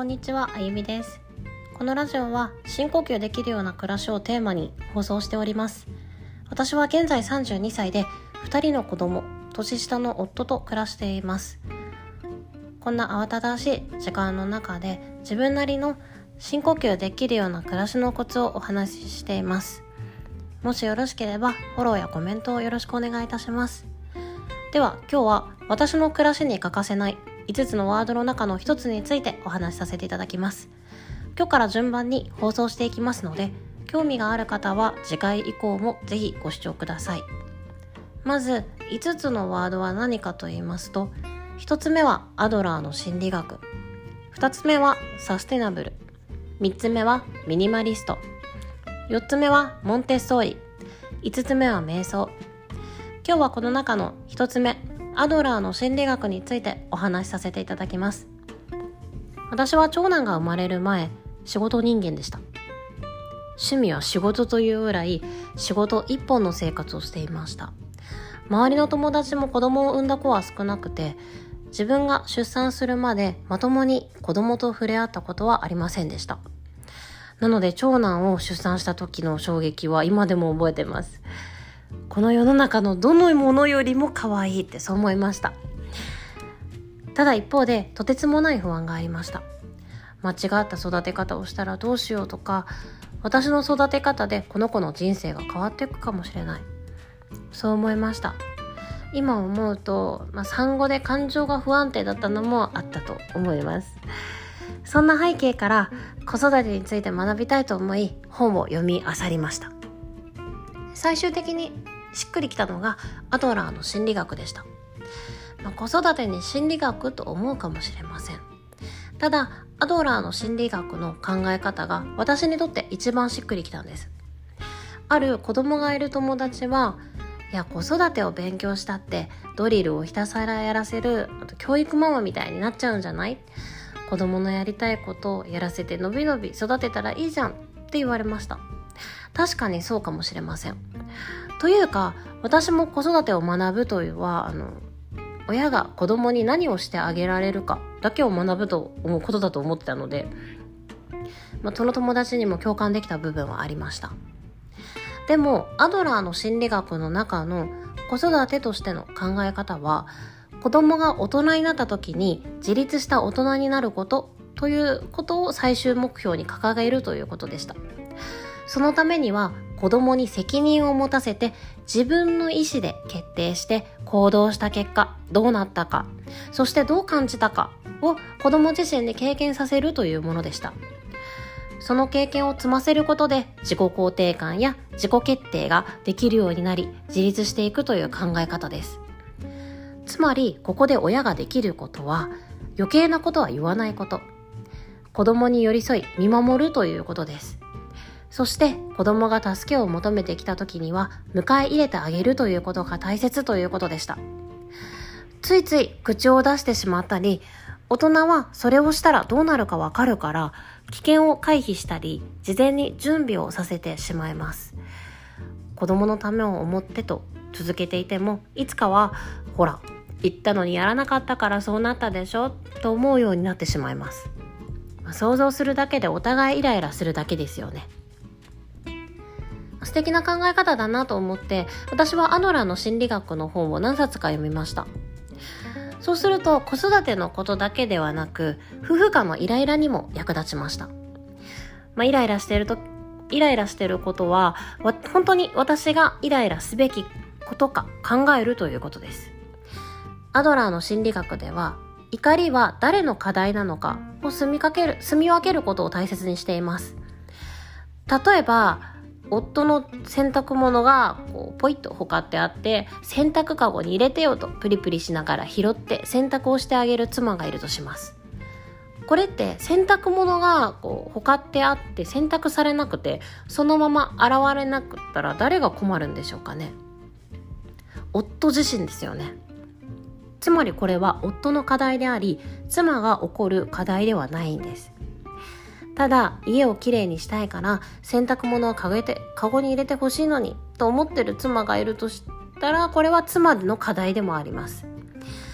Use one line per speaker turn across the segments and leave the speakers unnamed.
こんにちは、あゆみです。このラジオは深呼吸できるような暮らしをテーマに放送しております。私は現在32歳で2人の子供、年下の夫と暮らしています。こんな慌ただしい時間の中で自分なりの深呼吸できるような暮らしのコツをお話ししています。もしよろしければフォローやコメントをよろしくお願いいたします。では今日は私の暮らしに欠かせない5つのワードの中の1つについてお話しさせていただきます。今日から順番に放送していきますので、興味がある方は次回以降もぜひご視聴ください。まず5つのワードは何かと言いますと、1つ目はアドラーの心理学、2つ目はサステナブル、3つ目はミニマリスト、4つ目はモンテッソーリ、5つ目は瞑想。今日はこの中の1つ目、アドラーの心理学についてお話しさせていただきます。私は長男が生まれる前、仕事人間でした。趣味は仕事というぐらい仕事一本の生活をしていました。周りの友達も子供を産んだ子は少なくて、自分が出産するまでまともに子供と触れ合ったことはありませんでした。なので長男を出産した時の衝撃は今でも覚えてます。この世の中のどのものよりも可愛いってそう思いました。ただ一方でとてつもない不安がありました。間違った育て方をしたらどうしようとか、私の育て方でこの子の人生が変わっていくかもしれない、そう思いました。今思うと、産後で感情が不安定だったのもあったと思います。そんな背景から子育てについて学びたいと思い、本を読み漁りました。最終的にしっくりきたのがアドラーの心理学でした。子育てに心理学と思うかもしれません。ただアドラーの心理学の考え方が私にとって一番しっくりきたんです。ある子供がいる友達は、いや子育てを勉強したってドリルをひたすらやらせる教育ママみたいになっちゃうんじゃない？子供のやりたいことをやらせてのびのび育てたらいいじゃんって言われました。確かにそうかもしれません。というか私も子育てを学ぶというは親が子供に何をしてあげられるかだけを学ぶと思うことだと思ってたので、その友達にも共感できた部分はありました。でもアドラーの心理学の中の子育てとしての考え方は、子供が大人になった時に自立した大人になることということを最終目標に掲げるということでした。そのためには子供に責任を持たせて自分の意思で決定して行動した結果どうなったか、そしてどう感じたかを子供自身で経験させるというものでした。その経験を積ませることで自己肯定感や自己決定ができるようになり自立していくという考え方です。つまりここで親ができることは余計なことは言わないこと、子供に寄り添い見守るということです。そして子供が助けを求めてきた時には迎え入れてあげるということが大切ということでした。ついつい口を出してしまったり、大人はそれをしたらどうなるかわかるから危険を回避したり事前に準備をさせてしまいます。子供のためを思ってと続けていても、いつかはほら言ったのにやらなかったからそうなったでしょと思うようになってしまいます。想像するだけでお互いイライラするだけですよね。素敵な考え方だなと思って、私はアドラーの心理学の本を何冊か読みました。そうすると子育てのことだけではなく、夫婦間のイライラにも役立ちました。イライラしていることは本当に私がイライラすべきことか考えるということです。アドラーの心理学では、怒りは誰の課題なのかを住み分けることを大切にしています。例えば夫の洗濯物がポイッとほかってあって、洗濯かごに入れてよとプリプリしながら拾って洗濯をしてあげる妻がいるとします。これって洗濯物がほかってあって洗濯されなくてそのまま現れなくったら誰が困るんでしょうかね。夫自身ですよね。つまりこれは夫の課題であり、妻が起こる課題ではないんです。ただ家をきれいにしたいから洗濯物をカゴに入れてほしいのにと思ってる妻がいるとしたら、これは妻の課題でもあります。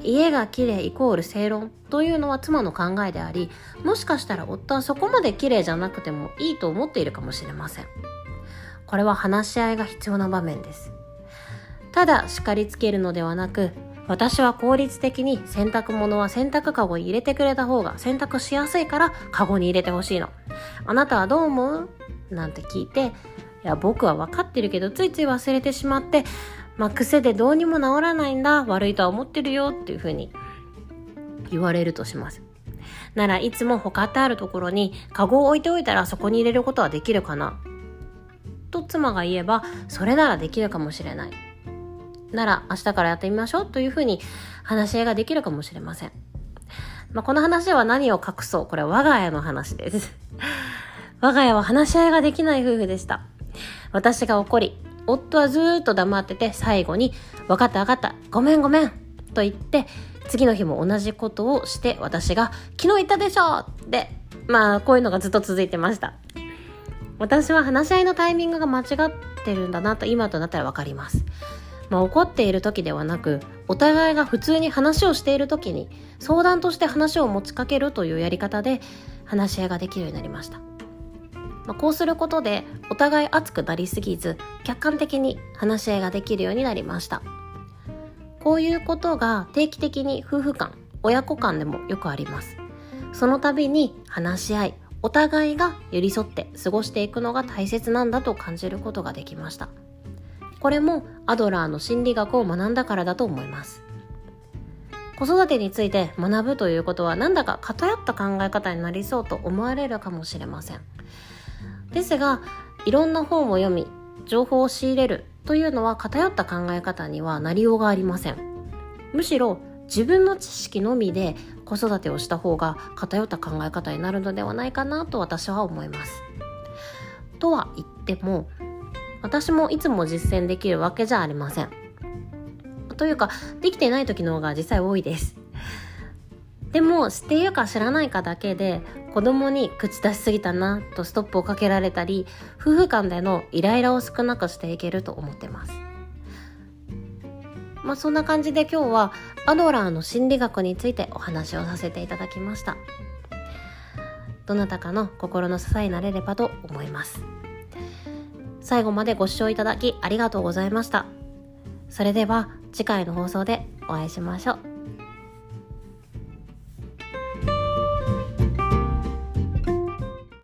家が綺麗イコール正論というのは妻の考えであり、もしかしたら夫はそこまで綺麗じゃなくてもいいと思っているかもしれません。これは話し合いが必要な場面です。ただ叱りつけるのではなく、私は効率的に洗濯物は洗濯かごに入れてくれた方が洗濯しやすいからかごに入れてほしいの。あなたはどう思う？なんて聞いて、いや僕は分かってるけどついつい忘れてしまって、癖でどうにも治らないんだ、悪いとは思ってるよっていうふうに言われるとします。ならいつも他ってあるところにカゴを置いておいたらそこに入れることはできるかなと妻が言えば、それならできるかもしれない。なら明日からやってみましょうというふうに話し合いができるかもしれません。この話は何を隠そう、これは我が家の話です。我が家は話し合いができない夫婦でした。私が怒り、夫はずーっと黙ってて、最後に分かったごめんと言って、次の日も同じことをして、私が昨日言ったでしょで、こういうのがずっと続いてました。私は話し合いのタイミングが間違ってるんだなと今となったら分かります。怒っている時ではなく、お互いが普通に話をしている時に相談として話を持ちかけるというやり方で話し合いができるようになりました。こうすることでお互い熱くなりすぎず、客観的に話し合いができるようになりました。こういうことが定期的に夫婦間、親子間でもよくあります。その度に話し合い、お互いが寄り添って過ごしていくのが大切なんだと感じることができました。これもアドラーの心理学を学んだからだと思います。子育てについて学ぶということはなんだか偏った考え方になりそうと思われるかもしれません。ですが、いろんな本を読み、情報を仕入れるというのは偏った考え方にはなりようがありません。むしろ自分の知識のみで子育てをした方が偏った考え方になるのではないかなと私は思います。とは言っても、私もいつも実践できるわけじゃありません。というか、できていない時の方が実際多いです。でも知っているか知らないかだけで子供に口出しすぎたなとストップをかけられたり、夫婦間でのイライラを少なくしていけると思ってます。そんな感じで今日はアドラーの心理学についてお話をさせていただきました。どなたかの心の支えになれればと思います。最後までご視聴いただきありがとうございました。それでは次回の放送でお会いしましょう。